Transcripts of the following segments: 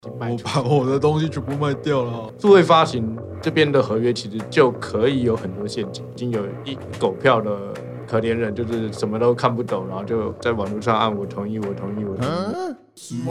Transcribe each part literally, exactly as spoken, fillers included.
我把我的东西全部卖掉了。 数位发行这边的合约其实就可以有很多陷阱，已经有一狗票的可怜人，就是什么都看不懂，然后就在网络上按我同意，我同意，我同意。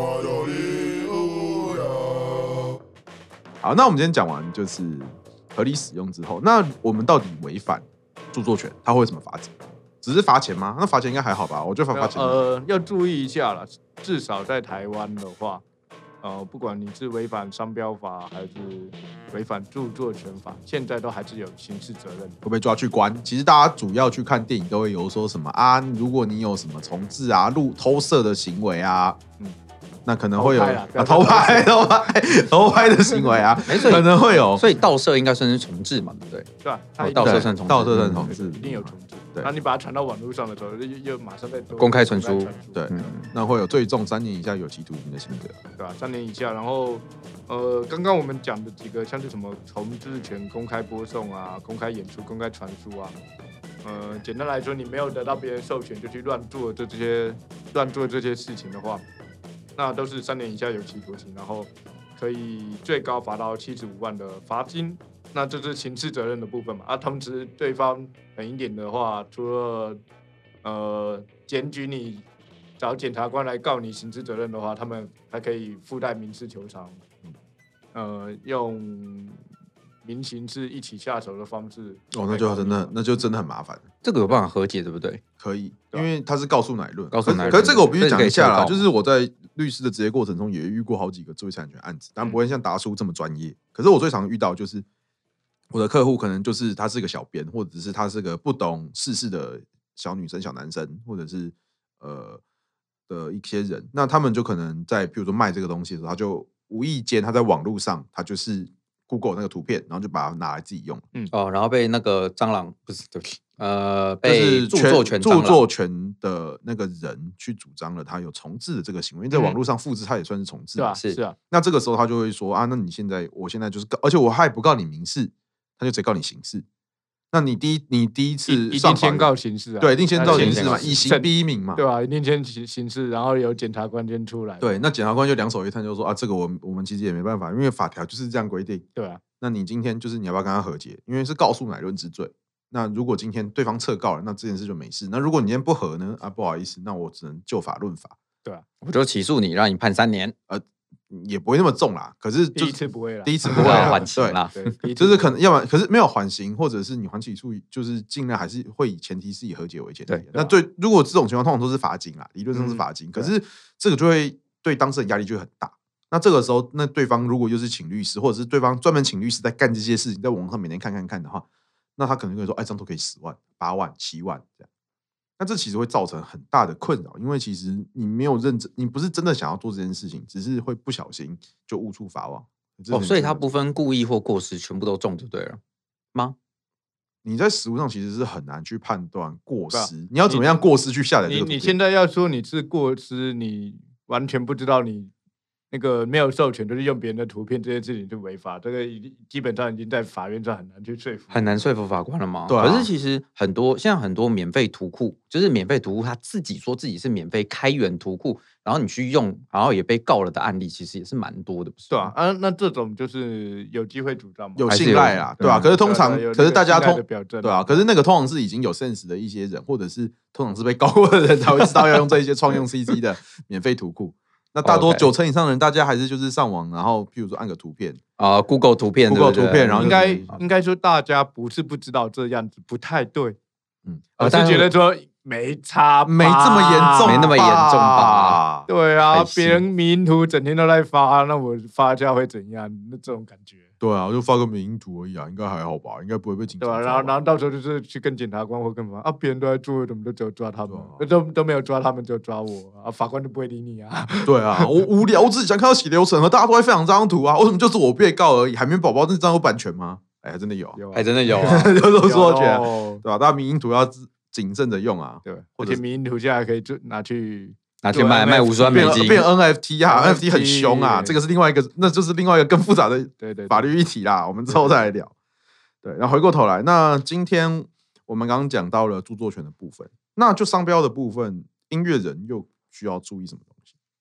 好，那我们今天讲完就是合理使用之后，那我们到底违反著作权，它会什么罚则？只是罚钱吗？那罚钱应该还好吧？我觉得罚罚钱。 呃，要注意一下啦，至少在台湾的话，呃，不管你是违反商标法还是违反著作权法，现在都还是有刑事责任， 会被抓去关。其实大家主要去看电影都会有说什么啊，如果你有什么重制啊、录偷摄的行为啊，嗯，那可能会有偷拍、偷拍、偷拍的行为啊，可能会有。 所以盗摄应该算是重制嘛，对不对？ 对吧？ 盗摄算重制， 盗摄算重制， 一定有重制。对，那你把它传到网络上的时候，又又马上在公开传输， 对，那会有最重三年以下有期徒刑的刑责， 对吧？三年以下，然后呃，刚刚我们讲的几个，像是什么重制权、公开播送啊、公开演出、公开传输啊，呃，简单来说，你没有得到别人授权就去乱做这些乱做这些事情的话，那都是三年以下有期徒刑，然后可以最高罚到七十五万的罚金。那这是刑事责任的部分嘛？啊，同时对方狠一点的话，除了呃检举你，找检察官来告你刑事责任的话，他们还可以附带民事求偿，呃，用民刑事一起下手的方式。 哦，那就真的，那就真的很麻烦。 这个有办法和解，对不对？ 可以，因为他是告诉乃论， 告诉乃论。 可是这个我必须讲一下啦，就是我在律师的职业过程中也遇过好几个智慧财产权案子，当然不会像达叔这么专业。可是我最常遇到就是。我的客户可能就是他是个小编，或者是他是个不懂世事的小女生、小男生，或者是呃的一些人，那他们就可能在譬如说卖这个东西的时候，他就无意间他在网络上，他就是 Google 那个图片，然后就把它拿来自己用， 嗯哦，然后被那个蟑螂不是对不起，呃，被著作权著作权的那个人去主张了他有重制的这个行为，因为在网络上复制，他也算是重制， 对啊，是啊。 那这个时候他就会说啊，那你现在我现在就是告，而且我还不告你民事。他就直接告你刑事，那你第一你第一次一定先告刑事啊， 对，一定先告刑事嘛，以刑逼民嘛， 对吧？一定先刑事，然后由检察官先出来。 对，那检察官就两手一摊，就说啊，这个我我们其实也没办法，因为法条就是这样规定。 对啊， 那你今天就是你要不要跟他和解？因为是告诉乃论之罪。那如果今天对方撤告了，那这件事就没事。那如果你今天不和呢？啊，不好意思，那我只能就法论法。 对啊， 我就起诉你，让你判三年。呃。 也不会那么重啦，可是第一次不会啦， 第一次不会缓刑啦， 对，就是可能要么可是没有缓刑，或者是你还起诉，就是尽量还是会以前提是以和解为前提。那对，如果这种情况通常都是罚金啦，理论上是罚金，可是这个就会对当事人压力就会很大。那这个时候，那对方如果又是请律师，或者是对方专门请律师在干这些事情，在网上每天看看看的话，那他可能会说，哎，这样都可以十万、八万、七万这样。那这其实会造成很大的困扰，因为其实你没有认真，你不是真的想要做这件事情，只是会不小心就误触法网。 哦，所以他不分故意或过失，全部都中就对了吗？ 你在实务上其实是很难去判断过失，你要怎么样过失去下载这个图片？ 你你现在要说你是过失，你完全不知道你。那个没有授权，就是用别人的图片，这件事情就违法。这个基本上已经在法院上很难去说服， 很难说服法官了吗？ 对、啊。 可是其实很多现在很多免费图库，就是免费图库，他自己说自己是免费开源图库，然后你去用，然后也被告了的案例，其实也是蛮多的，不是？ 对啊，啊，那这种就是有机会主张嘛， 有信赖啊，对啊。可是通常，可是大家通对啊，可是那个通常是已经有 sense 的一些人，或者是通常是被告过的人才会知道要用这一些创用 C C 的免费图库。那大多九成以上的人，大家还是就是上网，然后譬如说按个图片啊 ，Google 图片 ，Google 图片，然后应该应该说大家不是不知道这样子不太对， 嗯， 而是觉得说没差， 没这么严重， 没那么严重吧？ 对啊，别人迷因图整天都在发，那我发一下会怎样？那这种感觉。 对啊，我就发个迷因图而已啊，应该还好吧？应该不会被警察抓。 对啊，然后然后到时候就是去跟检察官或干嘛啊？别人都在做，怎么都只有抓他们？啊、都都没有抓他们，只有抓我啊！法官就不会理你啊。 对啊，我无聊，我自己想看到血流成河，大家都在分享这张图啊，为什么就是我被告而已？海绵宝宝那张有版权吗？哎，还真的有， 有、啊， 还真的有啊， 有著作权，对吧、啊？大家迷因图要谨慎的用啊， 对，而且迷因图现在可以就拿去。 拿去卖卖五十万美金， 变 N F T 啊 ，N F T 很凶啊，这个是另外一个，那就是另外一个更复杂的法律议题啦，我们之后再来聊。对，然后回过头来，那今天我们刚刚讲到了著作权的部分，那就商标的部分，音乐人又需要注意什么东西？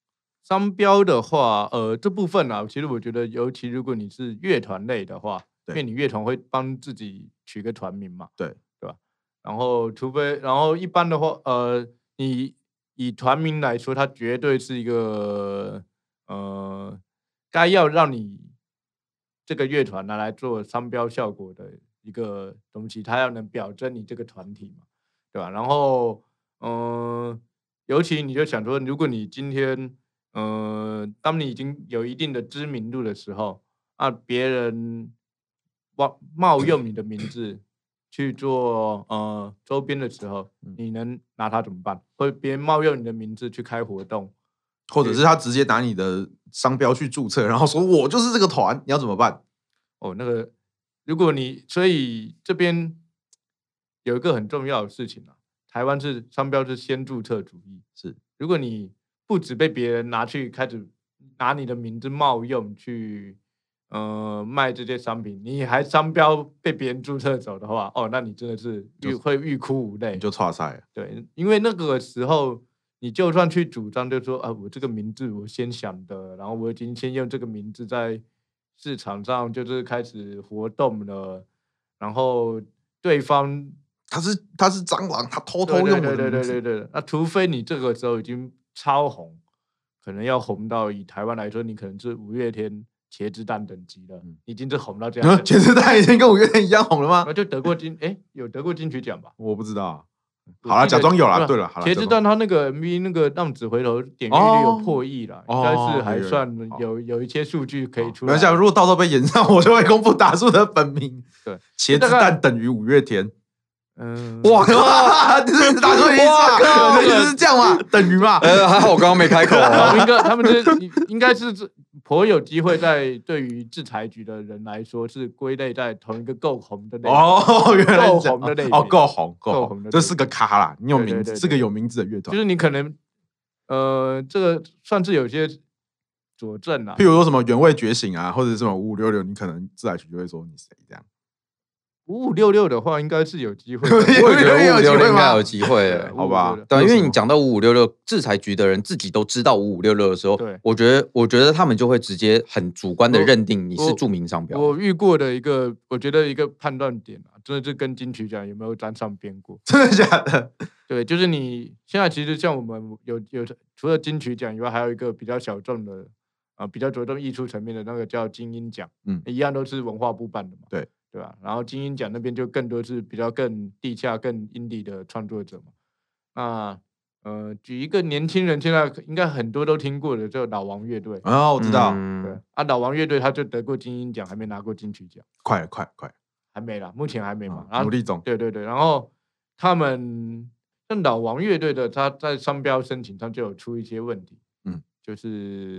商标的话，呃，这部分啊，其实我觉得，尤其如果你是乐团类的话，因为你乐团会帮自己取个团名嘛， 对对吧？然后除非，然后一般的话，呃，你以团名来说，它绝对是一个呃，该要让你这个乐团拿来做商标效果的一个东西，它要能表征你这个团体嘛，对吧？然后，嗯、呃，尤其你就想说，如果你今天，呃，当你已经有一定的知名度的时候，啊，别人冒冒用你的名字去做呃周边的时候，你能拿它怎么办？或者别人冒用你的名字去开活动， 或者是他直接拿你的商标去注册，然后说我就是这个团，你要怎么办？ 哦，那个，如果你所以这边有一个很重要的事情啊，台湾是商标是先注册主义， 是如果你不止被别人拿去开始拿你的名字冒用去呃卖这些商品，你还商标被别人注册走的话，哦，那你真的是欲会欲哭无泪， 你就岔赛了。 对，因为那个时候你就算去主张，就说啊，我这个名字我先想的，然后我已经先用这个名字在市场上就是开始活动了，然后对方他是他是蟑螂，他偷偷用我的名字。 对对对对对对，那除非你这个时候已经超红，可能要红到以台湾来说，你可能是五月天、茄子蛋等级了，已经是红到这样。 茄子蛋已经跟五月天一样红了吗？ 那就得过金，哎，有得过金曲奖吧？ 我不知道。好了，假装有了。对了，好了， 茄子蛋他那个 M V 那个浪子回头点阅率有破亿了，应该是还算有有一些数据可以出来。 没想如果到时候被延上，我就会公布达叔的本名。 对， 茄子蛋等于五月天。 嗯， 哇靠！这是打错意思啊！就是这样嘛，等于嘛。 呃，还好我刚刚没开口。 应该他们是应该是颇有机会，在对于制裁局的人来说，是归类在同一个够红的类。 哦，原来够红的类。 哦，够红， 够红的， 这是个咖啦。你有名字，是个有名字的乐团。 就是你可能，呃，这个算是有些佐证啊。 譬如说什么原味觉醒啊，或者什么五五六六，你可能制裁局就会说你谁这样。 五五六六的话，应该是有机会。 我觉得五五六六应该有机会， 好吧？ 对，因为你讲到五五六六，制裁局的人自己都知道五五六六的时候， 对， 我觉得，我觉得他们就会直接很主观的认定你是著名商标。 我遇过的一个，我觉得一个判断点啊，真的是跟金曲奖有没有沾上边过？ 真的假的？ 对，就是你现在其实像我们有有除了金曲奖以外，还有一个比较小众的啊、呃，比较着重艺术层面的那个叫金鹰奖， 嗯， 一样都是文化部办的嘛。 对。 对吧？然后金鹰奖那边就更多是比较更地下、更 indie 的创作者嘛。那呃，举一个年轻人现在应该很多都听过的，叫老王乐队。 啊，我知道。 嗯、对啊，老王乐队他就得过金鹰奖，还没拿过金曲奖。 快快快， 还没啦，目前还没嘛。 啊、努力中。 对对对，然后他们像老王乐队的，他在商标申请上就有出一些问题。 嗯， 就是。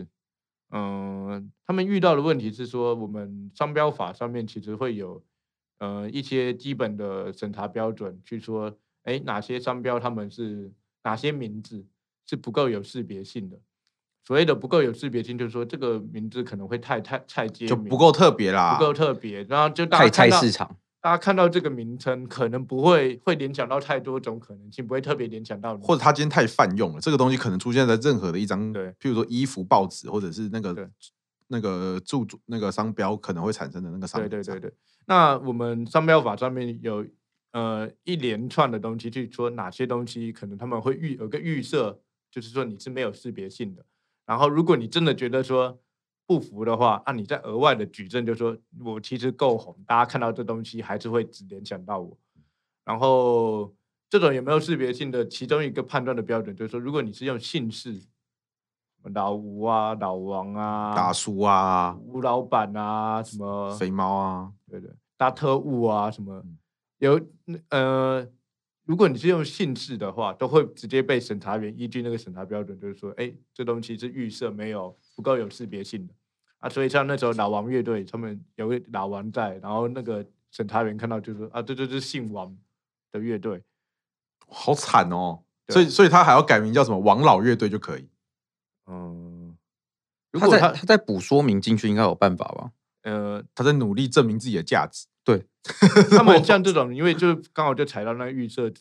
嗯、呃，他们遇到的问题是说，我们商标法上面其实会有，呃，一些基本的审查标准，去说，哎，哪些商标他们是哪些名字是不够有识别性的。所谓的不够有识别性，就是说这个名字可能会太太太街名， 就不够特别啦， 不够特别，然后就大家太菜市场。 大家看到这个名称，可能不会会联想到太多种可能性，不会特别联想到你， 或者他今天太泛用了，这个东西可能出现在任何的一张， 对， 譬如说衣服、报纸，或者是那个那个注那个商标可能会产生的那个商标。 对对对对。那我们商标法上面有呃一连串的东西，去说哪些东西可能他们会预有个预设，就是说你是没有识别性的。然后如果你真的觉得说不服的话，那、啊、你再额外的举证，就说我其实够红，大家看到这东西还是会只联想到我。然后这种有没有识别性的，其中一个判断的标准就是说，如果你是用姓氏，老吴啊、老王啊、 大叔啊、 吴老板啊、什么肥猫啊， 对对，大特务啊什么，有呃，如果你是用姓氏的话，都会直接被审查员依据那个审查标准，就是说，哎，这东西是预设没有不够有识别性的。啊，所以像那时候老王乐队，他们有个老王在，然后那个审查员看到就说啊，这就是姓王的乐队， 好惨哦。所以，所以他还要改名叫什么王老乐队就可以。 嗯， 如果他他在补说明进去，应该有办法吧？ 呃，他在努力证明自己的价值。 对， 他们像这种，因为就刚好就踩到那个预设值， 对，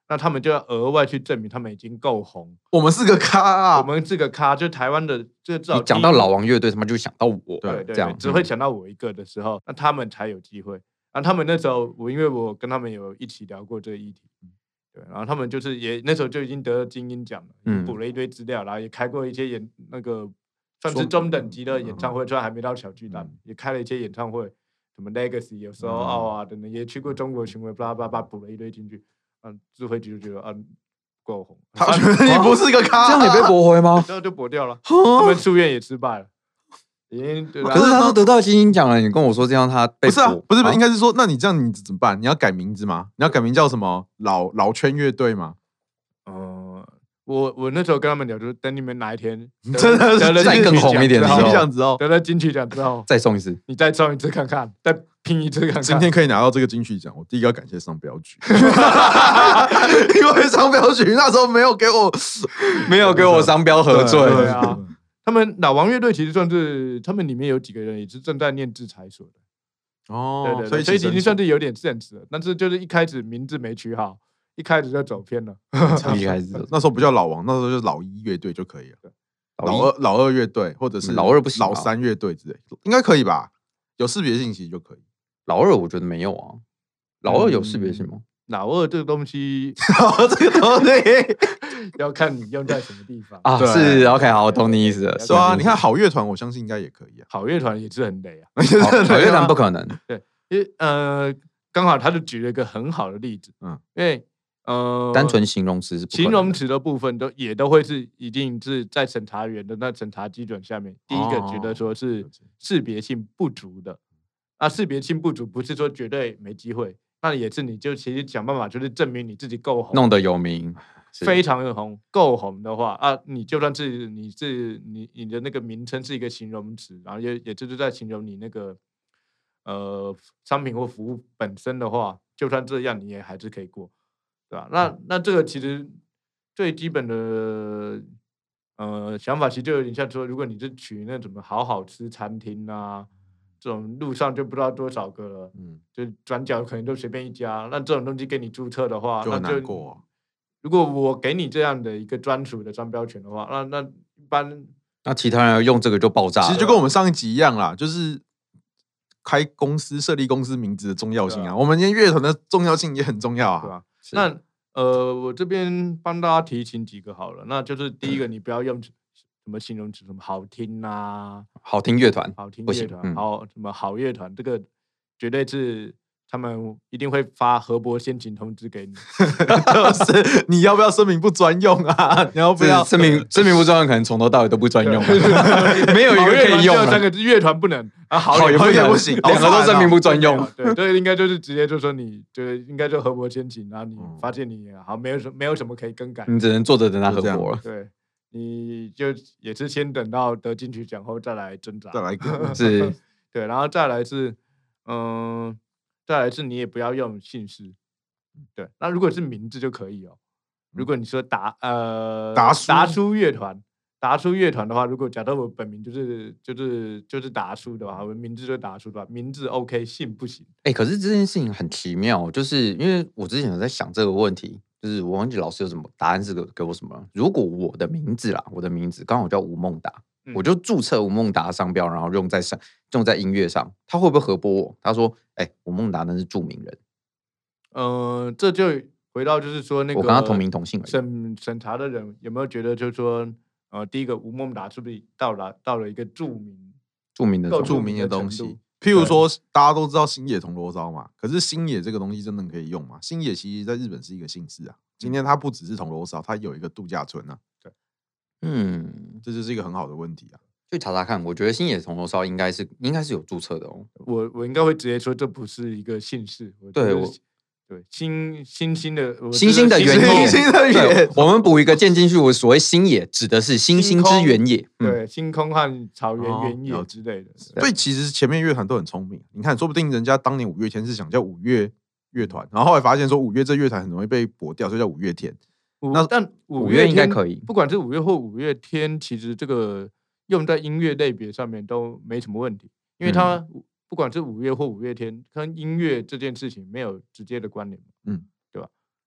那他们就要额外去证明他们已经够红。 我们是个咖啊， 我们是个咖，就台湾的，就至少你讲到老王乐队，他们就想到我， 对对， 这样只会想到我一个的时候，那他们才有机会。然后他们那时候，我因为我跟他们有一起聊过这个议题，对，然后他们就是也那时候就已经得了金鹰奖了，嗯，补了一堆资料，然后也开过一些演那个算是中等级的演唱会，虽然还没到小巨蛋，也开了一些演唱会，什么 Legacy 有时候奥啊等等，也去过中国巡回，巴拉巴拉补了一堆进去。嗯，智慧局就觉得嗯不够红， 他觉得你不是个咖， 这样也被驳回吗？ 这样就驳掉了，他们夙愿也失败了。已经可是他都得到金鹰奖了，你跟我说这样他被不是啊？不是不是，应该是说，那你这样你怎么办？你要改名字吗？你要改名叫什么？老老圈乐队吗？ 嗯，我我那时候跟他们聊，就是等你们哪一天真的得了再更红一点的时候， 得了金曲奖之后， 再送一次， 你再送一次看看，再拼一次看看。 今天可以拿到这个金曲奖，我第一个要感谢商标局，因为商标局那时候没有给我没有给我商标核准。 对啊，他们老王乐队其实算是他们里面有几个人也是正在念制裁所的。 哦， 对对对，所以已经算是有点 sense 了，但是就是一开始名字没取好，一开始就走偏了。 一开始那时候不叫老王，那时候就是老一乐队就可以了。老二老二乐队或者是老二不行， 老三乐队之类，应该可以吧？有识别性其实就可以。 老二我觉得没有啊，老二有识别性吗？ 老二这个东西， 老二这个东西要看你用在什么地方啊。是 OK， 好，我懂你意思了。 是啊，你看好乐团，我相信应该也可以啊。 好乐团也是很雷啊， 好乐团不可能。 对，因为呃，刚好他就举了一个很好的例子，嗯，因为呃， 单纯形容词是形容词的部分都也都会是一定是在审查员的那审查基准下面，第一个觉得说是识别性不足的。那识别性不足不是说绝对没机会，那也是你就其实想办法就是证明你自己够红， 弄得有名， 非常的红，够红的话啊，你就算是你是你你的那个名称是一个形容词，然后也也就是在形容你那个呃商品或服务本身的话，就算这样你也还是可以过，对吧？那那这个其实最基本的呃想法其实就有点像说，如果你是取那种好好吃餐厅啊。这种路上就不知道多少个了，嗯，就转角可能都随便一家。那这种东西给你注册的话， 就很难过、啊。 如果我给你这样的一个专属的商标权的话，那那一般那其他人用这个就爆炸了。 其实就跟我们上一集一样啦，就是开公司、设立公司名字的重要性啊。啊我们今天乐团的重要性也很重要啊。 对吧？那呃，我这边帮大家提醒几个好了，那就是第一个，你不要用。什么形容词？什么好听啊？ 好听乐团， 好听乐团，嗯、好什么好乐团？这个绝对是他们一定会发核拨先行通知给你， 就是你要不要声明不专用啊？你要不要声明声明不专用？可能从头到尾都不专用，没有一个可以用。 三个字乐团不能啊， 好也不行， 两个都声明不专用。 对，这个应该就是直接就说你，就应该就核拨先行，然后你发现你好没有什没有什么可以更改， 你只能坐着等他核拨了。 对。你就也是先等到得金曲奖后再来挣扎， 再来是， 对，然后再来是，嗯、呃，再来是你也不要用姓氏，对，那如果是名字就可以哦。如果你说达呃达叔达叔乐团，达叔乐团的话，如果假设我本名就是就是就是达叔的话，我名字就达叔的话，名字 OK， 姓不行。 哎、欸，可是这件事情很奇妙，就是因为我之前有在想这个问题。就是我忘记老师有什么答案是给给我什么。如果我的名字啦，我的名字刚好叫吴孟达，嗯、我就注册吴孟达商标，然后用在上用在音乐上，他会不会核拨我？他说：“哎、欸，吴孟达那是著名人。” 呃，这就回到就是说那个我跟他同名同姓而已。 审审查的人有没有觉得就是说，呃，第一个吴孟达是不是到了到了一个著名著名的著名的东西？譬如说，大家都知道星野铜锣烧嘛，可是星野这个东西真的可以用吗？星野其实在日本是一个姓氏啊。今天它不只是铜锣烧，它有一个度假村啊。 对， 嗯， 这就是一个很好的问题啊。 去查查看，我觉得星野铜锣烧应该是应该是有注册的哦。 我我应该会直接说这不是一个姓氏。 对，我对星星星的星星的原野， 星星的原我们补一个渐进去，我所谓星野指的是星星之原野， 对，星空和草原原野之类的。 所以其实前面乐团都很聪明，你看，说不定人家当年五月天是想叫五月乐团，然后后来发现说五月这乐团很容易被驳掉，所以叫五月天。 那但五月应该可以， 不管是五月或五月天，其实这个用在音乐类别上面都没什么问题，因为它不管是五月或五月天，跟音乐这件事情没有直接的关联，嗯，对吧？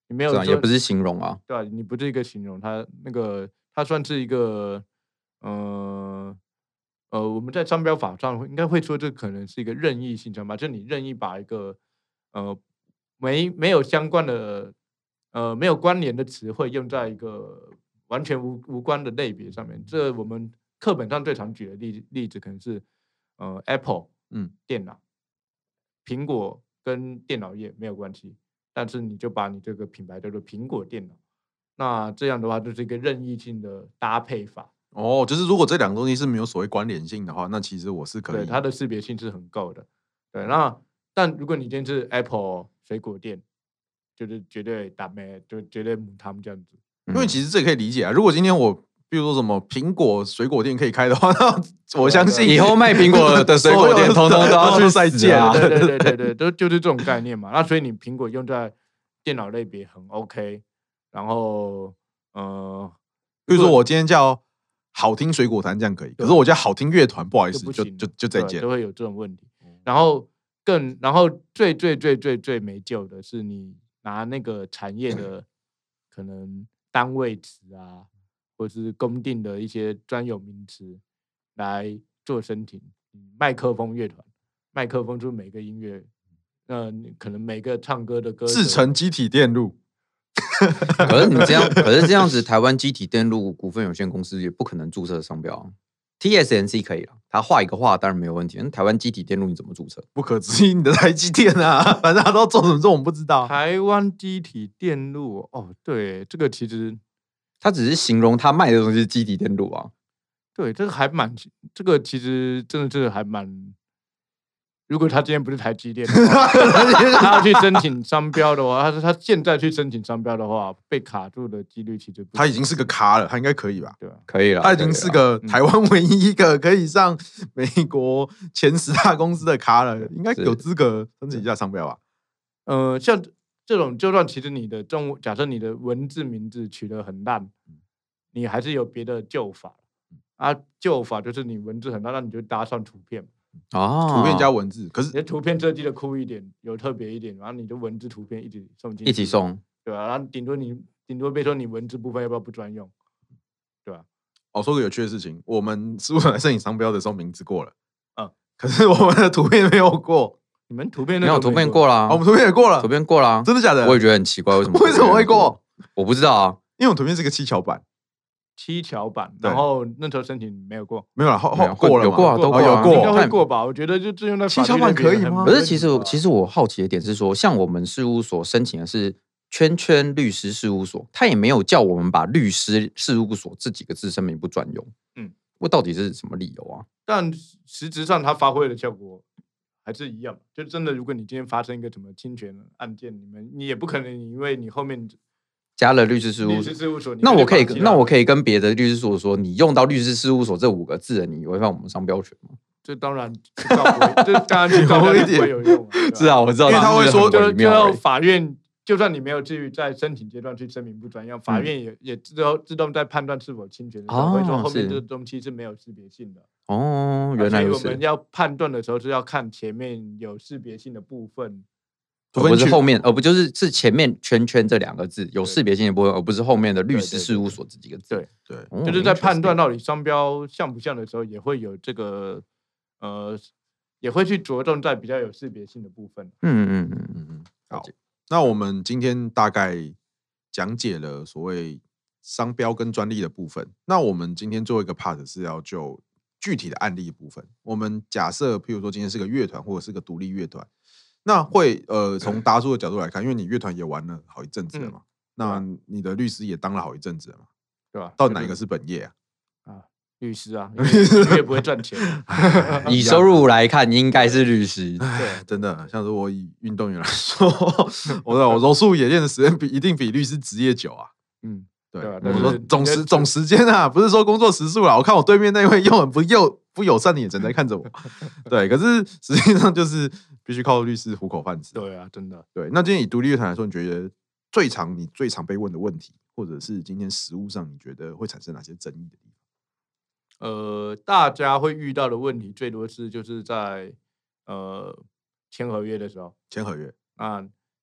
你没有也不是形容啊， 对啊，你不是一个形容，它那个它算是一个呃呃，我们在商标法上应该会说这可能是一个任意性商标，就你任意把一个呃没没有相关的呃没有关联的词汇用在一个完全无无关的类别上面。这我们课本上最常举的例例子可能是呃 Apple 嗯电脑，苹果跟电脑业没有关系，但是你就把你这个品牌叫做苹果电脑，那这样的话就是一个任意性的搭配法。 哦，就是如果这两个东西是没有所谓关联性的话，那其实我是可以， 对，它的识别性是很够的。对，那但如果你今天是 Apple 水果店，就是绝对打咩，就绝对母汤这样子。 因为其实这可以理解啊。如果今天我比如说什么苹果水果店可以开的话，那我相信以后卖苹果的水果店，通通都要去再见啊。 对对对对对，都就是这种概念嘛。那所以你苹果用在电脑类别很 OK， 然后呃， 比如说我今天叫好听水果摊这样可以，可是我叫好听乐团，不好意思，就就就再见， 都会有这种问题。然后更然后最最最最最没救的是，你拿那个产业的可能单位词啊，或是公定的一些专有名词来做申请。麦克风乐团，麦克风就是每个音乐，呃，可能每个唱歌的歌制成机体电路。 可是你这样，可是这样子，台湾机体电路股份有限公司也不可能注册商标啊。T S M C 可以了，他画一个画当然没有问题。但台湾机体电路你怎么注册？ 不可置疑，你的台积电啊，反正他都做什么这我们不知道。 台湾机体电路哦，对，这个其实他只是形容他卖的东西是机体电路啊。 对，这个还蛮，这个其实真的是还蛮。如果他今天不是台积电的话，他要去申请商标的话，他是他现在去申请商标的话，被卡住的几率其实不他已经是个咖了，他应该可以吧？ 对啊， 可以了。 他已经是个台湾唯一一个可以上美国前十大公司的咖了，应该有资格申请一下商标吧？ 呃，像这种，就算其实你的中，假设你的文字名字取得很烂，你还是有别的救法啊。救法就是你文字很烂，那你就搭上图片。 哦， 图片加文字，可是你的图片设计的酷一点，有特别一点，然后你的文字图片一起送进去， 一起送， 对吧、啊？然后顶多你顶多被说你文字部分要不要不专用，对吧、 啊？哦，说个有趣的事情，我们事务所来申请商标的时候名字过了， 嗯， 可是我们的图片没有过。 你们图片没有图片过啦、 哦，我们图片也过了， 图片过啦， 真的假的？ 我也觉得很奇怪，为什么？ 为什么会过？ 我不知道啊， 因为我图片是个七巧板。 七巧板，然后那时候申请没有过， 没有了，后后过了， 有过啊，都过， 有过， 应该会过吧？我觉得就这用在七巧板可以吗？ 可是其实其实我好奇的点是说，像我们事务所申请的是圈圈律师事务所，他也没有叫我们把律师事务所这几个字声明不专用，嗯，我到底是什么理由啊？ 但实质上它发挥的效果还是一样，就真的，如果你今天发生一个什么侵权案件，你们你也不可能因为你后面。 加了律师事务所， 律师事务所， 那我可以，那我可以跟别的律师所说，你用到律师事务所这五个字，你违反我们商标权吗？ 这当然，这当然告不会有用。 是啊，我知道， 因为他会说， 就就要法院，就算你没有至于在申请阶段去声明不专用，法院也也自动自动在判断是否侵权的时候，会说后面这个东西是没有识别性的。 哦，原来如此。 所以我们要判断的时候是要看前面有识别性的部分。 而不是后面，而不就是是前面圈圈这两个字有识别性的部分，而不是后面的律师事务所这几个字。 对对， 哦、就是在判断到底商标像不像的时候，也会有这个呃，也会去着重在比较有识别性的部分。 嗯嗯嗯嗯嗯。 好，那我们今天大概讲解了所谓商标跟专利的部分。那我们今天最后一个 part 是要就具体的案例的部分。我们假设，譬如说今天是个乐团或者是个独立乐团。那会呃，从达叔的角度来看，因为你乐团也玩了好一阵子了嘛，嗯、那你的律师也当了好一阵子了嘛， 对吧？ 到底哪一个是本业啊？ 啊，律师啊，因为不会赚钱。 以收入来看，应该是律师。 对，真的，像是我以运动员来说，我我柔术演练的时间比一定比律师职业久啊。嗯，对，对我说总时总时间啊，不是说工作时数啦。我看我对面那位用很不友不友善的眼神在看着我。对，可是实际上就是必须靠律师糊口饭吃。 对啊，真的。 对，那今天以独立乐团来说，你觉得最常你最常被问的问题，或者是今天实务上你觉得会产生哪些争议的地方？呃，大家会遇到的问题最多是就是在呃签合约的时候， 签合约啊，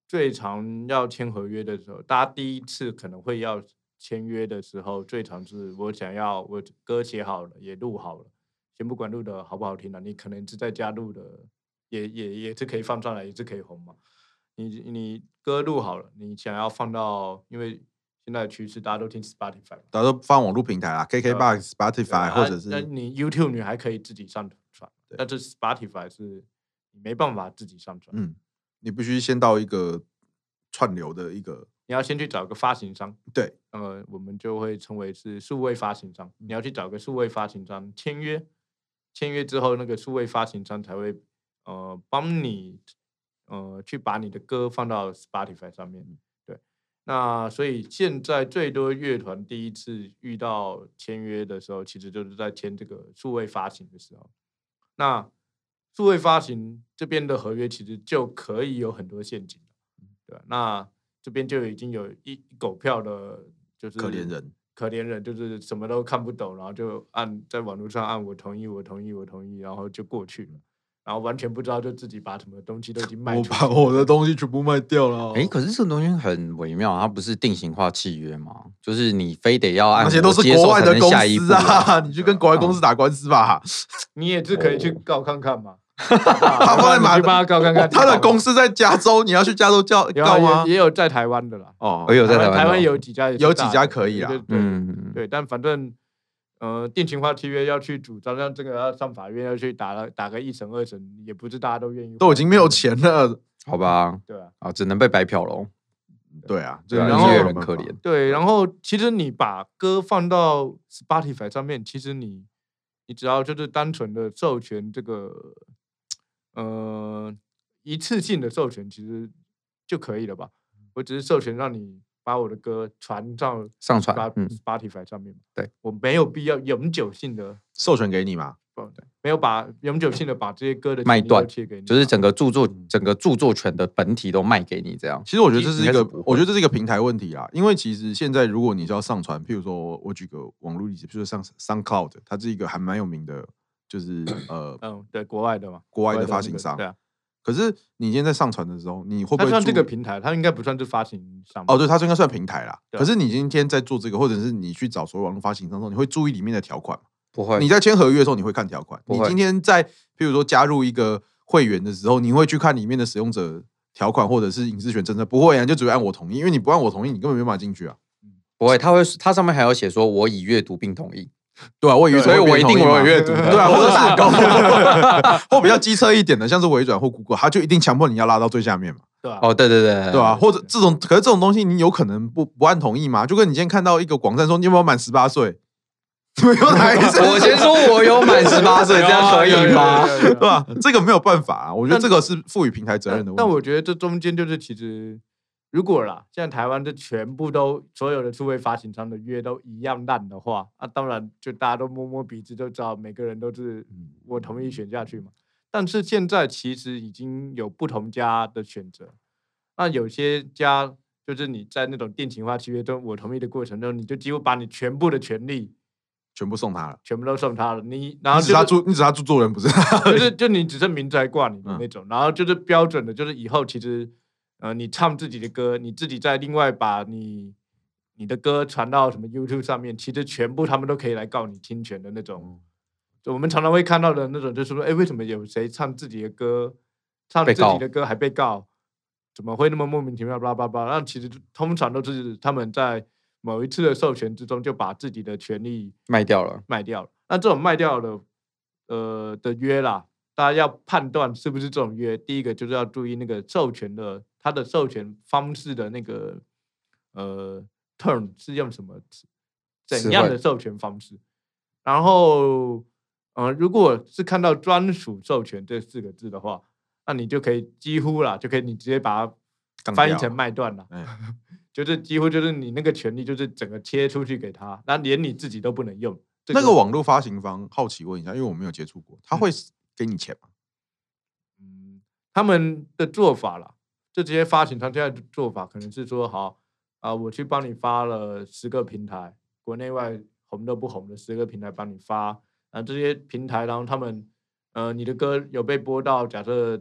最常要签合约的时候，大家第一次可能会要签约的时候，最常是我想要我歌写好了，也录好了，先不管录的好不好听了，你可能是在家录的，也也也是可以放上来，也是可以红嘛。你你歌录好了，你想要放到，因为现在的趋势大家都听 Spotify， 大家都放网络平台啦 ，K K box、Spotify 或者是那你 YouTube 你还可以自己上传，但是 Spotify 是你没办法自己上传， 嗯，你必须先到一个串流的一个， 你要先去找个发行商， 对， 呃，我们就会称为是数位发行商，你要去找个数位发行商签约，签约之后那个数位发行商才会呃帮你呃去把你的歌放到 Spotify 上面，对。那所以现在最多乐团第一次遇到签约的时候，其实就是在签这个数位发行的时候。那数位发行这边的合约其实就可以有很多陷阱，对吧？那这边就已经有一狗票的，就是可怜人， 可怜人就是什么都看不懂，然后就按在网络上按我同意，我同意，我同意，然后就过去了。然后完全不知道，就自己把什么东西都已经卖出去了。 我把我的东西全部卖掉了。 哎、欸，可是这个东西很微妙，它不是定型化契约吗？就是你非得要按那些都是国外的公司啊，你去跟国外公司打官司吧。 你也是可以去告看看嘛。 他放在马， 帮他告看看。 他的公司在加州，你要去加州叫告吗？ 也有在台湾的啦。 哦， 也有在台湾， 台湾有几家， 有几家可以啦。 嗯，对，但反正。呃，定型化契约要去主张，让这个要上法院，要去打了打个一审二审，也不是大家都愿意。 都已经没有钱了， 好吧？ 对啊， 啊，只能被白嫖喽。 对啊， 对啊，然后很可怜。 对，然后其实你把歌放到 Spotify 上面，其实你你只要就是单纯的授权这个，呃，一次性的授权，其实就可以了吧？我只是授权让你。把我的歌传上上传 Spotify 上面， 对， 我没有必要永久性的授权给你嘛？ 没有把永久性的把这些歌的卖断切给你， 就是整个著作整个著作权的本体都卖给你这样。 其实我觉得这是一个，我觉得这是一个平台问题啦。因为其实现在如果你是要上传，譬如说我举个网络例子，比如说像 SoundCloud， 它是一个还蛮有名的，就是呃， 嗯，对，国外的嘛， 国外的发行商， 对啊。 可是你今天在上传的时候，你会不会？它算这个平台，它应该不算是发行商。 哦，对，它应该算平台啦。可是你今天在做这个，或者是你去找所有网络发行商的时候，你会注意里面的条款吗？ 不会。 你在签合约的时候，你会看条款。你今天在，譬如说加入一个会员的时候，你会去看里面的使用者条款或者是隐私权政策？不会啊，你就只会按我同意，因为你不按我同意，你根本没办法进去啊。 不会，它会，它上面还有写说我已阅读并同意。 对啊，我以为， 所以我一定我有阅读， 对啊，或者打勾，或比较机车一点的，像是微转或 Google， 它就一定强迫你要拉到最下面嘛。 对啊， 哦，对对对， 对啊，或者这种，可是这种东西你有可能不不按同意吗？就跟你今天看到一个网站说你有没有满十八岁，没有哪一次， 我先说我有满十八岁，这样可以吗？ 对吧？这个没有办法啊，我觉得这个是赋予平台责任的问题。 但我觉得这中间就是其实。如果啦，现在台湾这全部都所有的数位发行商的约都一样烂的话，那、啊、当然就大家都摸摸鼻子就知道每个人都是我同意选下去嘛。但是现在其实已经有不同家的选择，那有些家就是你在那种定型化契约中我同意的过程中，你就几乎把你全部的权利全部送他了， 全部都送他了。你然后、就是、 你只他著你只他著作人不是， 就是就你只剩名字还挂你的那种，嗯、然后就是标准的，就是以后其实。呃，你唱自己的歌，你自己再另外把你你的歌传到什么 YouTube 上面，其实全部他们都可以来告你侵权的那种。就我们常常会看到的那种，就是说，哎，为什么有谁唱自己的歌，唱自己的歌还被告，怎么会那么莫名其妙？巴拉巴拉。那其实通常都是他们在某一次的授权之中，就把自己的权利卖掉了， 卖掉了。那这种卖掉的呃的约啦，大家要判断是不是这种约，第一个就是要注意那个授权的。它的授权方式的那个呃 term 是用什么怎样的授权方式？然后呃，如果是看到专属授权这四个字的话，那你就可以几乎啦，就可以你直接把它翻译成卖断了，就是几乎就是你那个权利就是整个切出去给他，那连你自己都不能用。 这个、那个网络发行方好奇问一下，因为我没有接触过，他会给你钱吗？ 嗯，他们的做法啦。就这些发行商现在的做法可能是说，好啊、呃，我去帮你发了十个平台，国内外红的不红的十个平台帮你发，啊，这些平台，然后他们，呃，你的歌有被播到，假设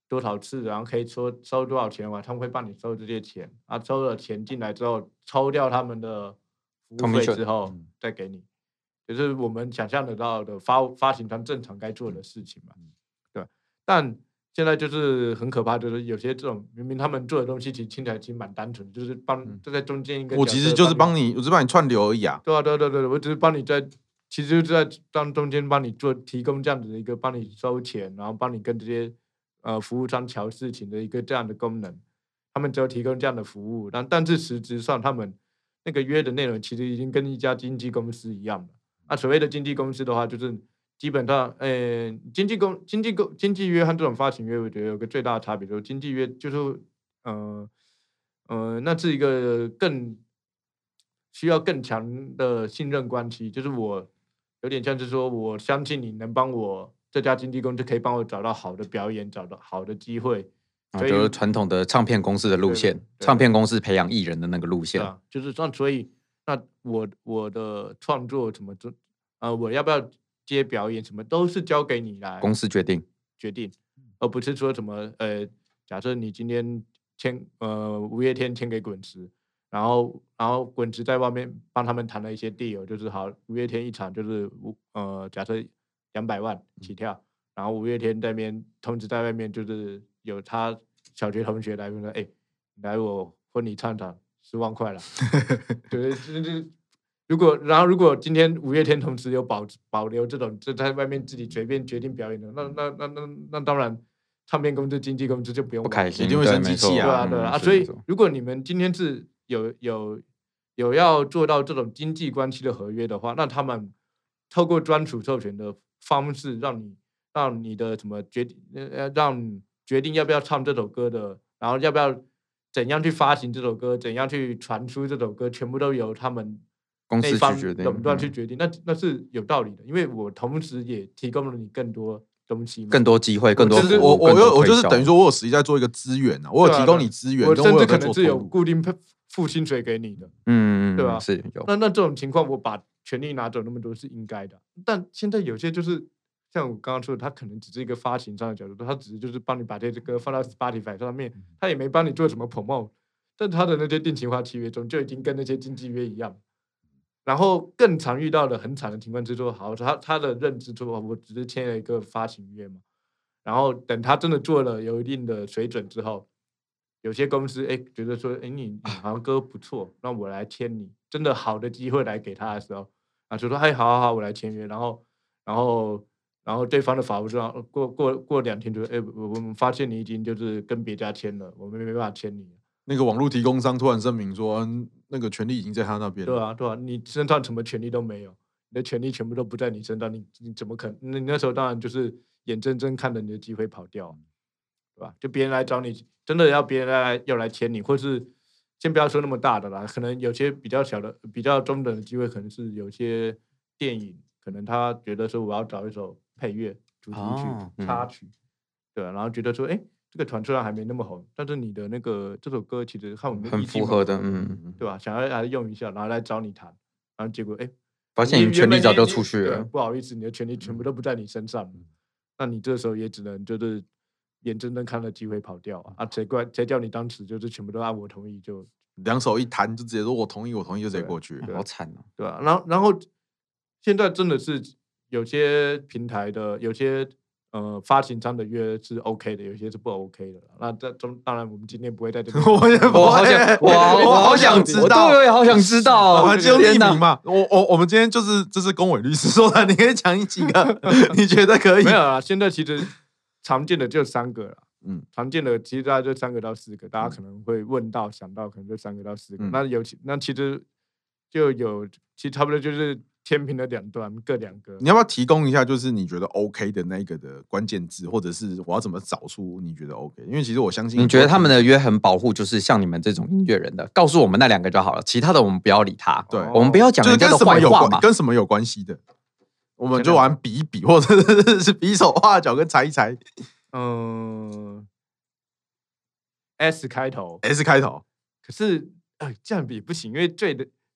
多少次，然后可以收收多少钱完，他们会帮你收这些钱，啊，收了钱进来之后，抽掉他们的服务费之后再给你，就是我们想象得到的发发行商正常该做的事情嘛，对。但现在就是很可怕，就是有些这种明明他们做的东西其实听起来其实蛮单纯，就是帮就在中间一个， 我其实就是帮你，我只帮你串流而已啊。 对啊，对对对，我只是帮你在。其实就是在当中间帮你做提供这样子的一个帮你收钱，然后帮你跟这些呃服务商调事情的一个这样的功能，他们只有提供这样的服务，但但是实质上他们那个约的内容其实已经跟一家经纪公司一样了。那所谓的经纪公司的话，就是基本上呃经纪公经纪公经纪约和这种发行约，我觉得有个最大的差别，就是经纪约就是呃呃那是一个更需要更强的信任关系，就是我。有点像是说，我相信你能帮我这家经纪公司可以帮我找到好的表演，找到好的机会， 所以就是传统的唱片公司的路线，唱片公司培养艺人的那个路线。 啊，就是这样。所以那我我的创作什么就呃，我要不要接表演，什么都是交给你来公司决定决定，而不是说什么呃，假设你今天签呃五月天签给滚石。然后，然后滚石在外面帮他们谈了一些 deal，就是好五月天一场就是五呃，假设两百万起跳，然后五月天在那边通知在外面就是有他小学同学来说，哎，来我婚礼唱场十万块了，对，就是如果然后如果今天五月天同时有保保留这种就在外面自己随便决定表演的，那那那那那当然。唱片公司、经纪公司就不用不开心， 一定会生气气啊，对啊，对啊，所以如果你们今天是有有有要做到这种经济关系的合约的话，那他们透过专属授权的方式，让你让你的什么决定呃让决定要不要唱这首歌的，然后要不要怎样去发行这首歌，怎样去传出这首歌，全部都由他们公司去决定， 垄断去决定。那那是有道理的，因为我同时也提供了你更多。东西更多机会，更多服务， 我我我我就是等于说，我有实际在做一个资源啊，我有提供你资源， 我甚至可能是有固定付薪水给你的， 嗯， 对吧？ 是有。 那那这种情况，我把权利拿走那么多是应该的。但现在有些就是像我刚刚说的，他可能只是一个发行商的角度，他只是就是帮你把这支歌放到 Spotify 上面，他也没帮你做什么 promote，但他的那些定型化契约中就已经跟那些经纪约一样。然后更常遇到的很惨的情况就是说，好，他他的认知说，我只是签了一个发行约嘛。然后等他真的做了有一定的水准之后，有些公司哎觉得说，哎你你好像歌不错，那我来签你，真的好的机会来给他的时候，啊就说哎好好好我来签约，然后然后然后对方的法务说过过过两天就哎我们发现你已经就是跟别家签了，我们没办法签你。 那个网络提供商突然声明说，那个权利已经在他那边了。 对啊对啊，你身上什么权利都没有，你的权利全部都不在你身上，你你怎么可能？你那时候当然就是。眼睁睁看着你的机会跑掉，对吧？就别人来找你，真的要别人来要来签你，或是先不要说那么大的啦，可能有些比较小的、比较中等的机会，可能是有些电影，可能他觉得说我要找一首配乐主题曲、哦嗯、插曲，对，然后觉得说，哎，这个团虽然还没那么红，但是你的那个这首歌其实和我们的很符合的，嗯， 对吧？想要来用一下，然后来找你弹，然后结果，哎， 发现你权利早就出去了， 不好意思，你的权利全部都不在你身上。嗯那你这时候也只能就是眼睁睁看着机会跑掉啊！啊，谁怪谁叫你当时就是全部都按我同意，就两手一摊就直接说我同意，我同意就直接过去， 好惨哦， 对吧？然后然后现在真的是有些平台的有些呃发行商的约是 OK 的，有些是不 OK 的。那这中当然我们今天不会在这边， 我我好想我我好想知道，对，好想知道， 我们就匿名嘛。我我我们今天就是这是公委律师说的，你可以讲几个，你觉得可以？ 没有啊，现在其实常见的就三个了。嗯，常见的其实大概就三个到四个，大家可能会问到想到可能就三个到四个。嗯、那有那其实就有其实差不多就是天平的两端各两个。 你要不要提供一下，就是你觉得 OK 的那个的关键字，或者是我要怎么找出你觉得 OK？ 因为其实我相信， 你觉得他们的约很保护，就是像你们这种音乐人的，告诉我们那两个就好了，其他的我们不要理他。 对， 我们不要讲人家的坏话嘛， 跟什么有关系的，我们就玩比一比，或者是比手画脚跟猜一猜。 嗯 ，S 开头 ，S 开头， 可是呃这样比不行，因为最的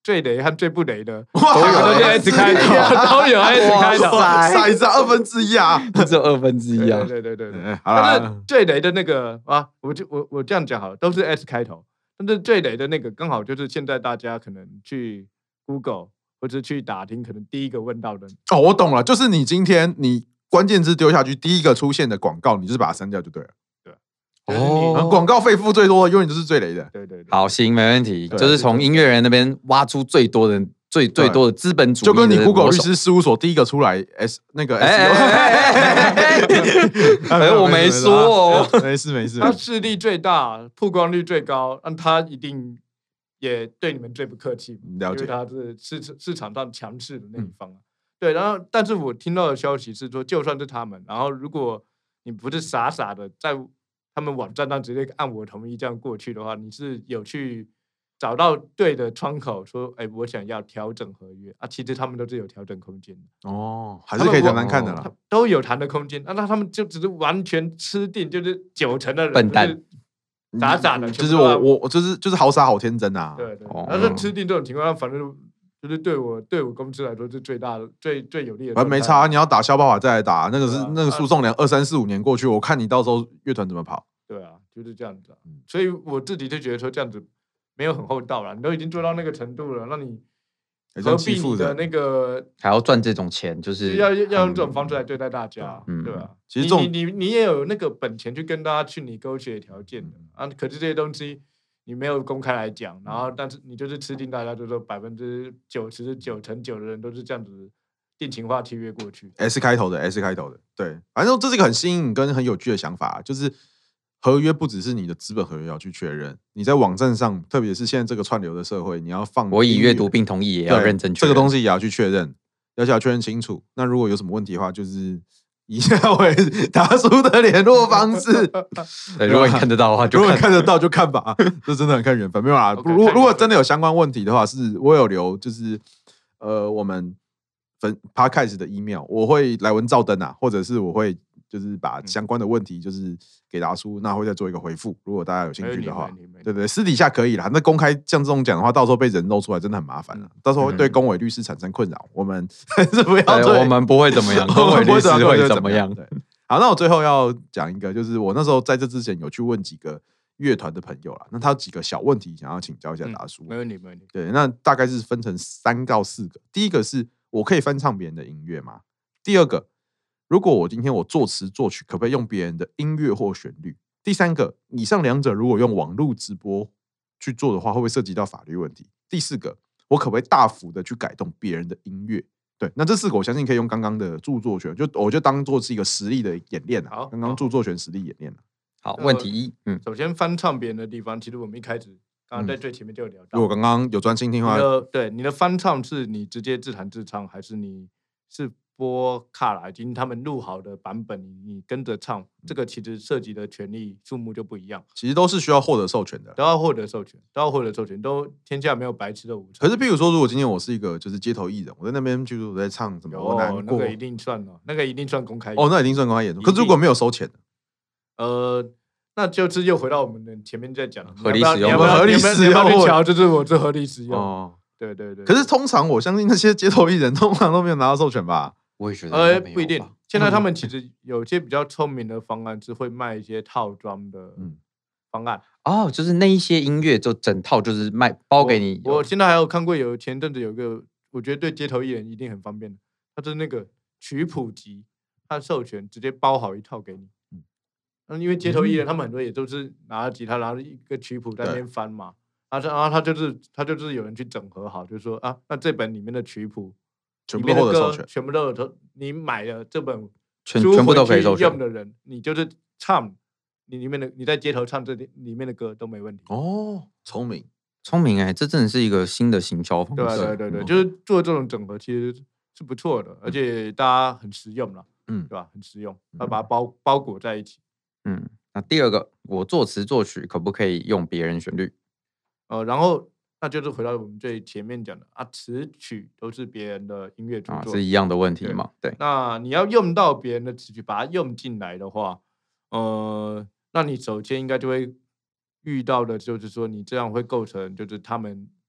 最雷和最不雷的都有 S 开头，都有 S 开头， 塞子二分之一啊， 只有二分之一啊。 对对对对对。 好但是最雷的那个啊，我就我我这样讲好了，都是 S 开头。但是最雷的那个刚好就是现在大家可能去 Google 或者去打听，可能第一个问到的。 哦，我懂了，就是你今天你关键字丢下去，第一个出现的广告，你就是把它删掉就对了。哦，广告费付最多的永远就是最雷的。 对对对， 好，行，没问题，就是从音乐人那边挖出最多的、最最多的资本主义， 就跟你 Google 律师事务所第一个出来 S 那个 S E O， 哎，我没说哦， 没事没事。 他势力最大，曝光率最高，那他一定也对你们最不客气， 了解， 因为他是市市场上强势的那一方啊。对，然后但是我听到的消息是说，就算是他们，然后如果你不是傻傻的在他们网站上直接按我同意这样过去的话，你是有去找到对的窗口说，哎，我想要调整合约啊。其实他们都是有调整空间的哦，还是可以谈谈看的啦， 都有谈的空间。那那他们就只是完全吃定，就是九成的人笨蛋， 傻傻的， 就是我我就是就是好傻好天真啊。 对对，然后吃定这种情况，反正就是对我对我公司来说是最大的、最最有利的。 啊，没差，你要打消保法再来打，那个是那个诉讼两二三四五年过去，我看你到时候乐团怎么跑。 对啊，就是这样子、啊。所以我自己就觉得说这样子没有很厚道了，你都已经做到那个程度了，那你何必你的那个还要赚这种钱，就是要要用这种方式来对待大家，嗯、对吧、啊？其实你你你也有那个本钱去跟大家去拟勾结条件的啊，可是这些东西。你没有公开来讲，然后但是你就是吃定大家，就说百分之九十九成九的人都是这样子定情化契约过去。 S 开头的 S 开头的，对，反正这是一个很新颖跟很有趣的想法，就是合约不只是你的资本合约要去确认，你在网站上，特别是现在这个串流的社会，你要放我已阅读并同意，也要认真确认这个东西也要去确认，而且要确认清楚。那如果有什么问题的话，就是以下为达叔的联络方式。 对，如果你看得到的话就看， 如果你看得到就看吧，这真的很看缘分。没有啦， okay, 如果如果真的有相关问题的话，是我有留，就是呃我们分 podcast 的 email， 我会来文照登啊，或者是我会就是把相关的问题就是给达叔，那会再做一个回复。如果大家有兴趣的话，对对，私底下可以啦。那公开像这种讲的话，到时候被人露出来真的很麻烦了，到时候会对公委律师产生困扰。我们还是不要对， 我们不会怎么样，公委律师会怎么样？ 对，好，那我最后要讲一个，就是我那时候在这之前有去问几个乐团的朋友啦，那他有几个小问题想要请教一下达叔。 没问题，没问题。 对，那大概是分成三到四个。第一个是我可以翻唱别人的音乐吗？第二个，如果我今天我作词作曲，可不可以用别人的音乐或旋律？第三个，以上两者如果用网络直播去做的话，会不会涉及到法律问题？第四个，我可不可以大幅的去改动别人的音乐？对，那这四个我相信可以用刚刚的著作权，就我就当做是一个实力的演练啊。刚刚著作权实力演练了。 好，问题一，嗯， 首先翻唱别人的地方，其实我们一开始刚刚在最前面就有聊到。 如果刚刚有专心听话， 对，你的翻唱是你直接自弹自唱，还是你是播卡拉已经他们录好的版本，你你跟着唱，这个其实涉及的权利数目就不一样。 其实都是需要获得授权的， 都要获得授权，都要获得授权，都天下没有白吃的午餐。 可是，譬如说，如果今天我是一个就是街头艺人，我在那边就是我在唱什么，我难过， 那个一定算哦，那个一定算公开哦，那一定算公开演出。可是如果没有收钱的， 呃。那就是又回到我们的前面在讲合理使用， 合理使用， 去瞧，就是我这合理使用。哦，对对对。 可是通常我相信那些街头艺人通常都没有拿到授权吧？ 我也觉得， 呃，不一定。现在他们其实有些比较聪明的方案是会卖一些套装的方案。 哦，就是那一些音乐就整套就是卖包给你。 我现在还有看过有前阵子有一个，我觉得对街头艺人一定很方便的，它是那个曲谱集，它授权直接包好一套给你。嗯，因为街头艺人他们很多也都是拿着吉他，拿着一个曲谱在那边翻嘛，然后然后他就是他就是有人去整合好，就是说啊，那这本里面的曲谱全部获得授权， 全部都有，你买了这本全全部都可以授权用的人，你就是唱你里面的，你在街头唱这里面的歌都没问题。 哦，聪明聪明哎、欸，这真的是一个新的行销方式。 对对对对，嗯、就是做这种整合其实是不错的，而且大家很实用了，嗯，对吧？很实用，要把它包包裹在一起。 嗯，那第二个，我作词作曲可不可以用别人旋律？ 呃，然后那就是回到我们最前面讲的啊，词曲都是别人的音乐著作， 啊、是一样的问题嘛？对。对那你要用到别人的词曲，把它用进来的话，呃，那你首先应该就会遇到的就是说，你这样会构成就是他们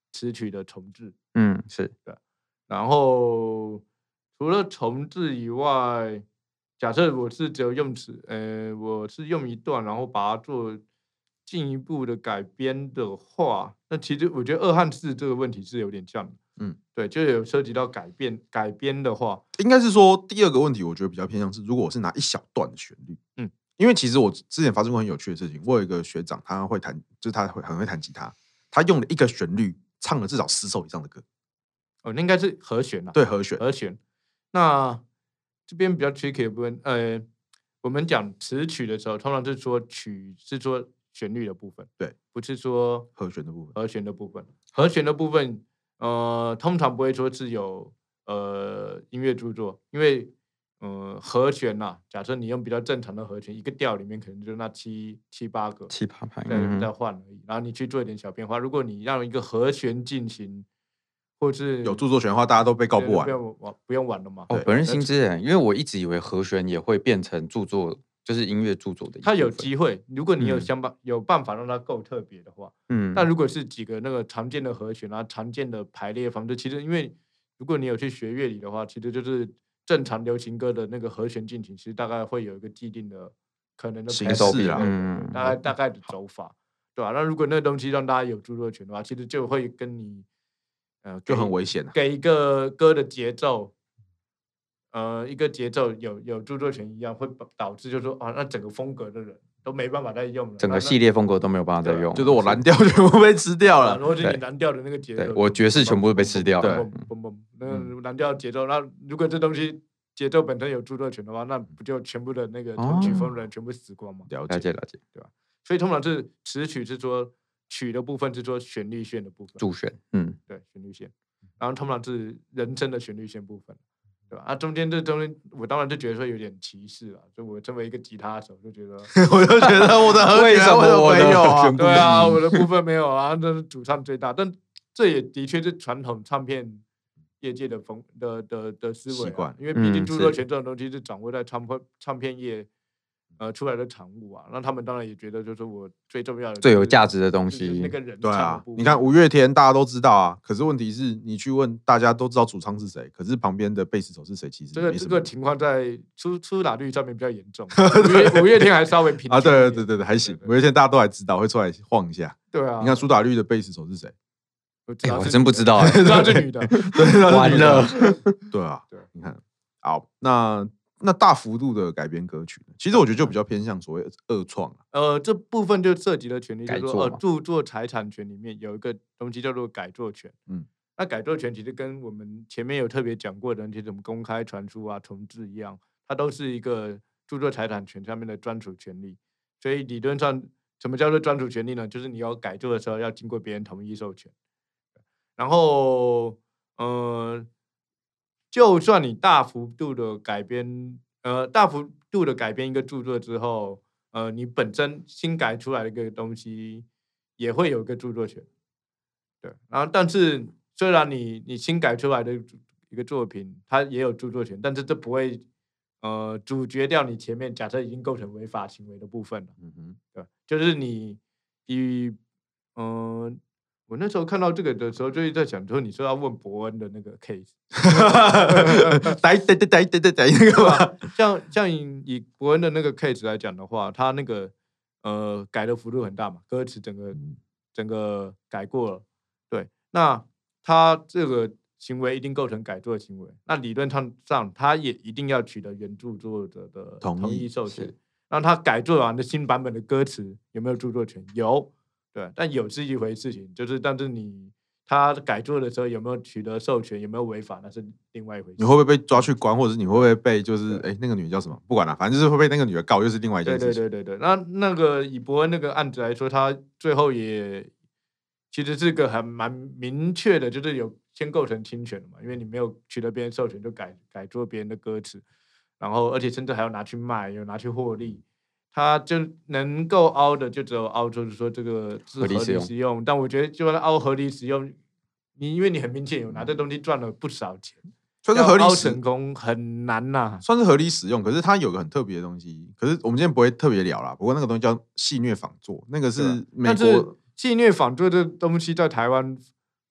词曲的重制。 嗯，是对。然后除了重制以外，假设我是只有用词，呃，我是用一段，然后把它做进一步的改编的话，那其实我觉得二和四这个问题是有点像的。嗯，对，就有涉及到改变改编的话， 应该是说第二个问题，我觉得比较偏向是，如果我是拿一小段的旋律，嗯，因为其实我之前发生过很有趣的事情，我有一个学长，他会弹，就是他会很会弹吉他，他用了一个旋律唱了至少十首以上的歌。 哦，那应该是和弦啦， 对，和弦， 和弦。那这边比较 tricky 的部分，呃，我们讲词曲的时候，通常是说曲是说旋律的部分， 对， 不是说和弦的部分。 和弦的部分，和弦的部分。呃，通常不会说是有呃音乐著作，因为呃和弦呐、啊，假设你用比较正常的和弦，一个调里面可能就那七七八个， 七八拍， 再再换而已。然后你去做一点小变化。如果你让一个和弦进行，或是有著作权的话，大家都被告不完， 不用玩，不用玩了嘛。 哦，本人新知耶，因为我一直以为和弦也会变成著作。就是音乐著作的一部分， 它有机会，如果你有想法、嗯、有办法让它够特别的话，嗯，但如果是几个那个常见的和弦啊、常见的排列方式，其实因为如果你有去学乐理的话，其实就是正常流行歌的那个和弦进行，其实大概会有一个既定的可能的形式啊， 嗯，大概大概的走法，对吧、啊？那如果那个东西让大家有著作权的话，其实就会跟你呃就很危险了、啊， 给一个歌的节奏。呃，一个节奏有有著作权一样，会导致就是说啊，那整个风格的人都没办法再用了， 整个系列风格都没有办法再用， 就是我蓝调全部被吃掉了， 或者你蓝调的那个节奏， 我爵士全部被吃掉了， 嘣嘣嘣，那蓝调节奏，那如果这东西节奏本身有著作权的话，那不就全部的那个同曲风人全部死光吗？ 了解了解， 对吧？所以通常是词曲是说曲的部分是说旋律线的部分， 主旋，嗯， 对，旋律线，然后通常是人声的旋律线部分。对吧？啊，中间这中间，我当然就觉得说有点歧视了。就我身为一个吉他手，就觉得， 我就觉得我的和为什么我没有啊？ 对啊，我的部分没有啊，这是主唱最大。但这也的确是传统唱片业界的风的的的思维、啊，因为毕竟著作权这种东西是掌握在唱片唱片业呃出来的产物啊。那他们当然也觉得，就是我最重要的、 最有价值的东西， 那个人对啊。你看五月天，大家都知道啊，可是问题是你去问大家都知道主唱是谁，可是旁边的贝斯手是谁，其实这个这个情况在出出打率上面比较严重。五月五月天还稍微平啊，对对对对，还行。五月天大家都还知道，会出来晃一下。 对啊， 你看苏打绿的贝斯手是谁？ 哎，我真不知道， 知道是女的， 完了。 对啊，对，你看，好，那。那大幅度的改编歌曲，其实我觉得就比较偏向所谓二创、啊。 呃，这部分就涉及了权利，就是说，呃，著作财产权里面有一个东西叫做改作权。嗯，那改作权其实跟我们前面有特别讲过的那些什么公开传输啊、重制一样，它都是一个著作财产权上面的专属权利。所以理论上，什么叫做专属权利呢？就是你要改作的时候要经过别人同意授权。然后，呃。就算你大幅度的改编，呃，大幅度的改编一个著作之后，呃，你本身新改出来的一个东西也会有一个著作权，对。然后，但是虽然你你新改出来的一个作品，它也有著作权，但是这不会呃阻绝掉你前面假设已经构成违法行为的部分了。嗯哼，对，就是你以嗯。呃我那时候看到这个的时候，就在想说，你说要问伯恩的那个 case， 呆呆呆呆呆呆呆那个吧。 像像以伯恩的那个 case 来讲的话，他那个呃改的幅度很大嘛，歌词整个整个改过了，对，那他这个行为一定构成改作行为，那理论上上他也一定要取得原著作者的同意授权。那他改作完的新版本的歌词有没有著作权？有。对，但有是一回事情，就是但是你他改作的时候有没有取得授权，有没有违法，那是另外一回事。 你会不会被抓去关，或者是你会不会被就是哎那个女的叫什么？不管了，反正就是会被那个女的告，又是另外一件事情。 对对对对对，那那个以伯恩那个案子来说，他最后也其实是个还蛮明确的，就是有先构成侵权的嘛，因为你没有取得别人授权就改改作别人的歌词，然后而且甚至还要拿去卖，有拿去获利。他就能够凹的就只有凹，就是说这个是合理使用，使用但我觉得就算凹合理使用，你因为你很明显有拿这东西赚了不少钱， 算是合理使成功很难呐、啊， 算是合理使用。可是它有个很特别的东西，可是我们今天不会特别聊啦。不过那个东西叫戏谑仿作，那个是美国戏谑仿作这东西在台湾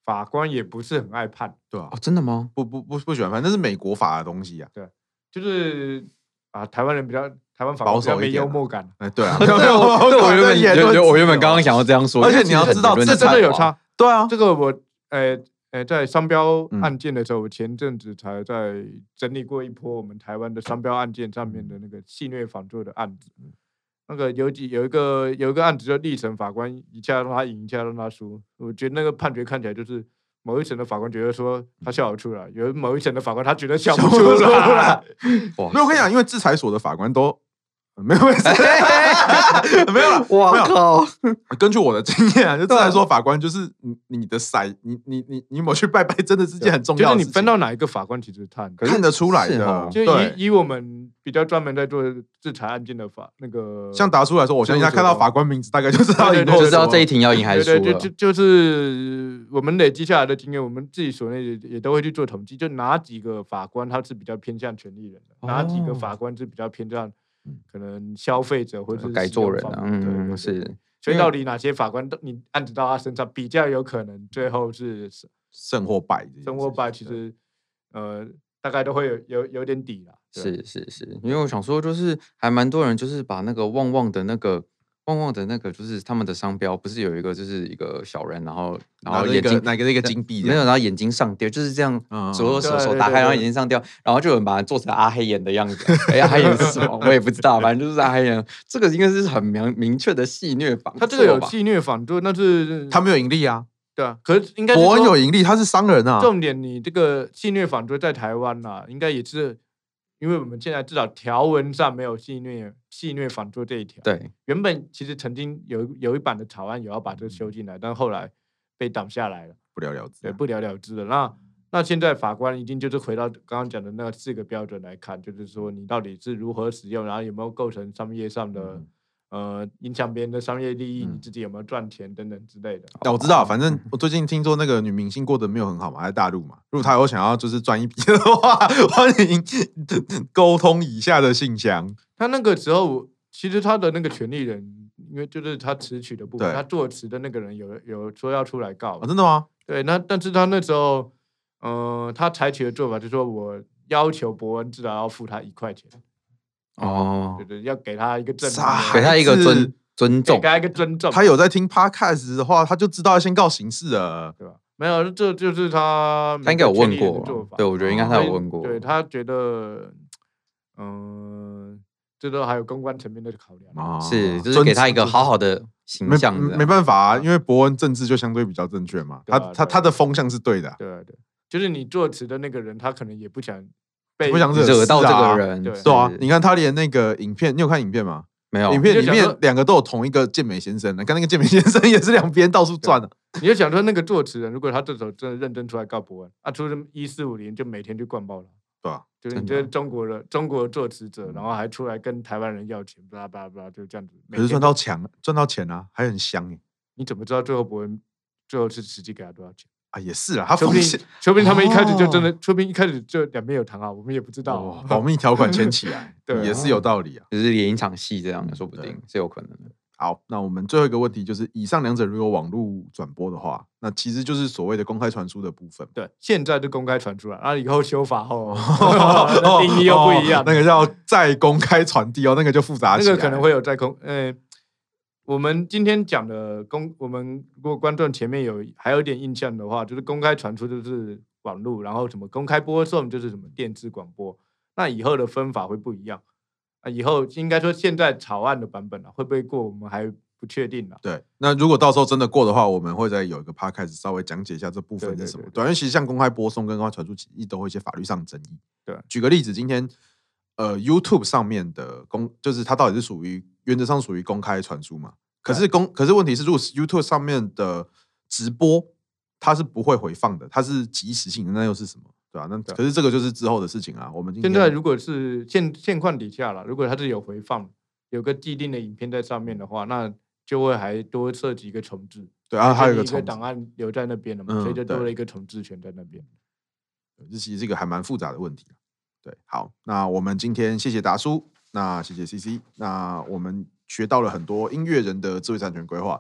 法官也不是很爱判， 对啊， 哦，真的吗？ 不不不不喜欢判，那是美国法的东西啊。 对，就是啊，台湾人比较台湾法官比较没幽默感。 哎，对啊， 对，我原本就我原本刚刚想要这样说， 而且你要知道， 这真的有差。 对啊， 这个我呃呃，在商标案件的时候，我前阵子才在整理过一波我们台湾的商标案件上面的那个戏谑仿作的案子。那个有几有一个有一个案子，就历审法官一下让他赢，一下让他输。我觉得那个判决看起来就是某一审的法官觉得说他笑得出来，有某一审的法官他觉得笑不出来。 没有，我跟你讲，因为制裁所的法官都没有没有了。 我靠！ 根据我的经验啊，就制裁所法官就是你你的骰，你你你你有没有去拜拜，真的是件很重要的事情。 就是你分到哪一个法官，其实看看得出来的。 就以以我们比较专门在做制裁案件的法那个， 像达叔来说，我相信他看到法官名字，大概就知道赢， 就知道这一庭要赢还是输了。 就就是我们累积下来的经验，我们自己所内也都会去做统计，就哪几个法官他是比较偏向权利人的，哪几个法官是比较偏向可能消费者或者是改做人啊，嗯，是。 所以到底哪些法官你案子到他身上比较有可能最后是胜或败？ 胜或败其实呃大概都会有有有点底啦。 是是是，因为我想说，就是还蛮多人就是把那个旺旺的那个旺旺的那个，就是他们的商标，不是有一个就是一个小人，然后然后眼睛哪个一个金币没有，然后眼睛上吊，就是这样，左右手手打开，然后眼睛上吊，然后就有人把它做成阿黑眼的样子。哎，阿黑眼是什么？我也不知道，反正就是阿黑眼。这个应该是很明明确的戏谑仿作吧？ 他这个有戏谑仿作，那是他没有盈利啊。 对啊，可是应该伯恩有盈利，他是商人啊。 重点，你这个戏谑仿作在台湾啊，应该也是。因为我们现在至少条文上没有戏谑戏谑仿作这一条。 对， 原本其实曾经有有一版的草案有要把这个修进来，但后来被挡下来了， 不了了之。 对，不了了之了。那那现在法官一定就是回到刚刚讲的那四个标准来看，就是说你到底是如何使用，然后有没有构成商业上的。嗯呃，影响别人的商业利益，嗯、你自己有没有赚钱等等之类的。 哦、我知道，反正我最近听说那个女明星过得没有很好嘛，在大陆嘛。如果她有想要就是赚一笔的话，欢迎沟通以下的信箱。 他那个时候，其实他的那个权利人，因为就是他词曲的部分，他作词的那个人有有说要出来告、 哦。真的吗？ 对，那但是他那时候，呃，他采取的做法就是说我要求伯恩至少要付他一块钱。 哦， 对对，要给他一个正， 给他一个尊尊重， 给他一个尊重。 他有在听 podcast 的话，他就知道要先告刑事了， 对吧？没有，这就是他， 他应该有问过，对，我觉得应该他有问过， 对他觉得，嗯、呃，这都还有公关层面的考量， 哦、是，就是给他一个好好的形象。 没没办法啊，因为伯恩政治就相对比较正确嘛，他他他的风向是对的， 对对，就是你作词的那个人，他可能也不想。 不想惹、啊、 惹到这个人， 对啊，你看他连那个影片，你有看影片吗？ 没有， 影片里面两个都有同一个健美先生，你看那个健美先生也是两边到处转的。 你就想说那个作词人，如果他这首真的认真出来告伯恩，啊，出一四五零就每天就灌爆了， 对啊， 就是你这是中国的中国的作词者，然后还出来跟台湾人要钱，巴拉巴拉巴拉，就这样子。 可是赚到钱，赚到钱啊，还很香哎。 你怎么知道最后伯恩最后是实际给他多少钱？ 啊，也是啊，他说不定，说不定他们一开始就真的，说不定一开始就两边有谈好，我们也不知道、 哦，保密条款签起来，对，也是有道理啊， 就是演一场戏这样，说不定是有可能的。 好，那我们最后一个问题就是，以上两者如果网络转播的话，那其实就是所谓的公开传输的部分。 对，现在就公开传出来，然后以后修法后定义又不一样， 那个叫再公开传递哦，那个就复杂起来， 那个可能会有再公，呃。我们今天讲的公，我们如果观众前面有还有一点印象的话，就是公开传出就是网络，然后什么公开播送就是什么电视广播。那以后的分法会不一样啊，以后应该说现在草案的版本啊会不会过，我们还不确定啊。 对，那如果到时候真的过的话，我们会再有一个 podcast 稍微讲解一下这部分是什么。对，因为其实像公开播送跟公开传输，其实都会有一些法律上的争议。 对， 举个例子，今天呃 YouTube 上面的公，就是它到底是属于原则上属于公开传输嘛？可是公，可是问题是，如果是 YouTube 上面的直播，它是不会回放的，它是即时性的，那又是什么？对吧、啊？那可是这个就是之后的事情啊。我们现在如果是现现况底下了，如果它是有回放，有个既定的影片在上面的话，那就会还多涉及一个重置。 对啊，还有一个一个档案留在那边了嘛、嗯，所以就多了一个重置权在那边。 这其实是一个还蛮复杂的问题。对，好，那我们今天谢谢达叔，那谢谢 C C， 那我们学到了很多音乐人的智慧产权规划。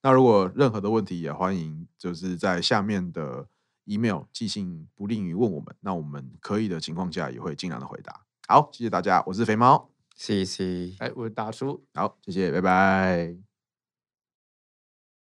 那如果任何的问题，也欢迎就是在下面的 email 寄信不吝于问我们，那我们可以的情况下也会尽量的回答。好，谢谢大家，我是肥猫， 谢谢。 哎，我是大叔， 好，谢谢，拜拜。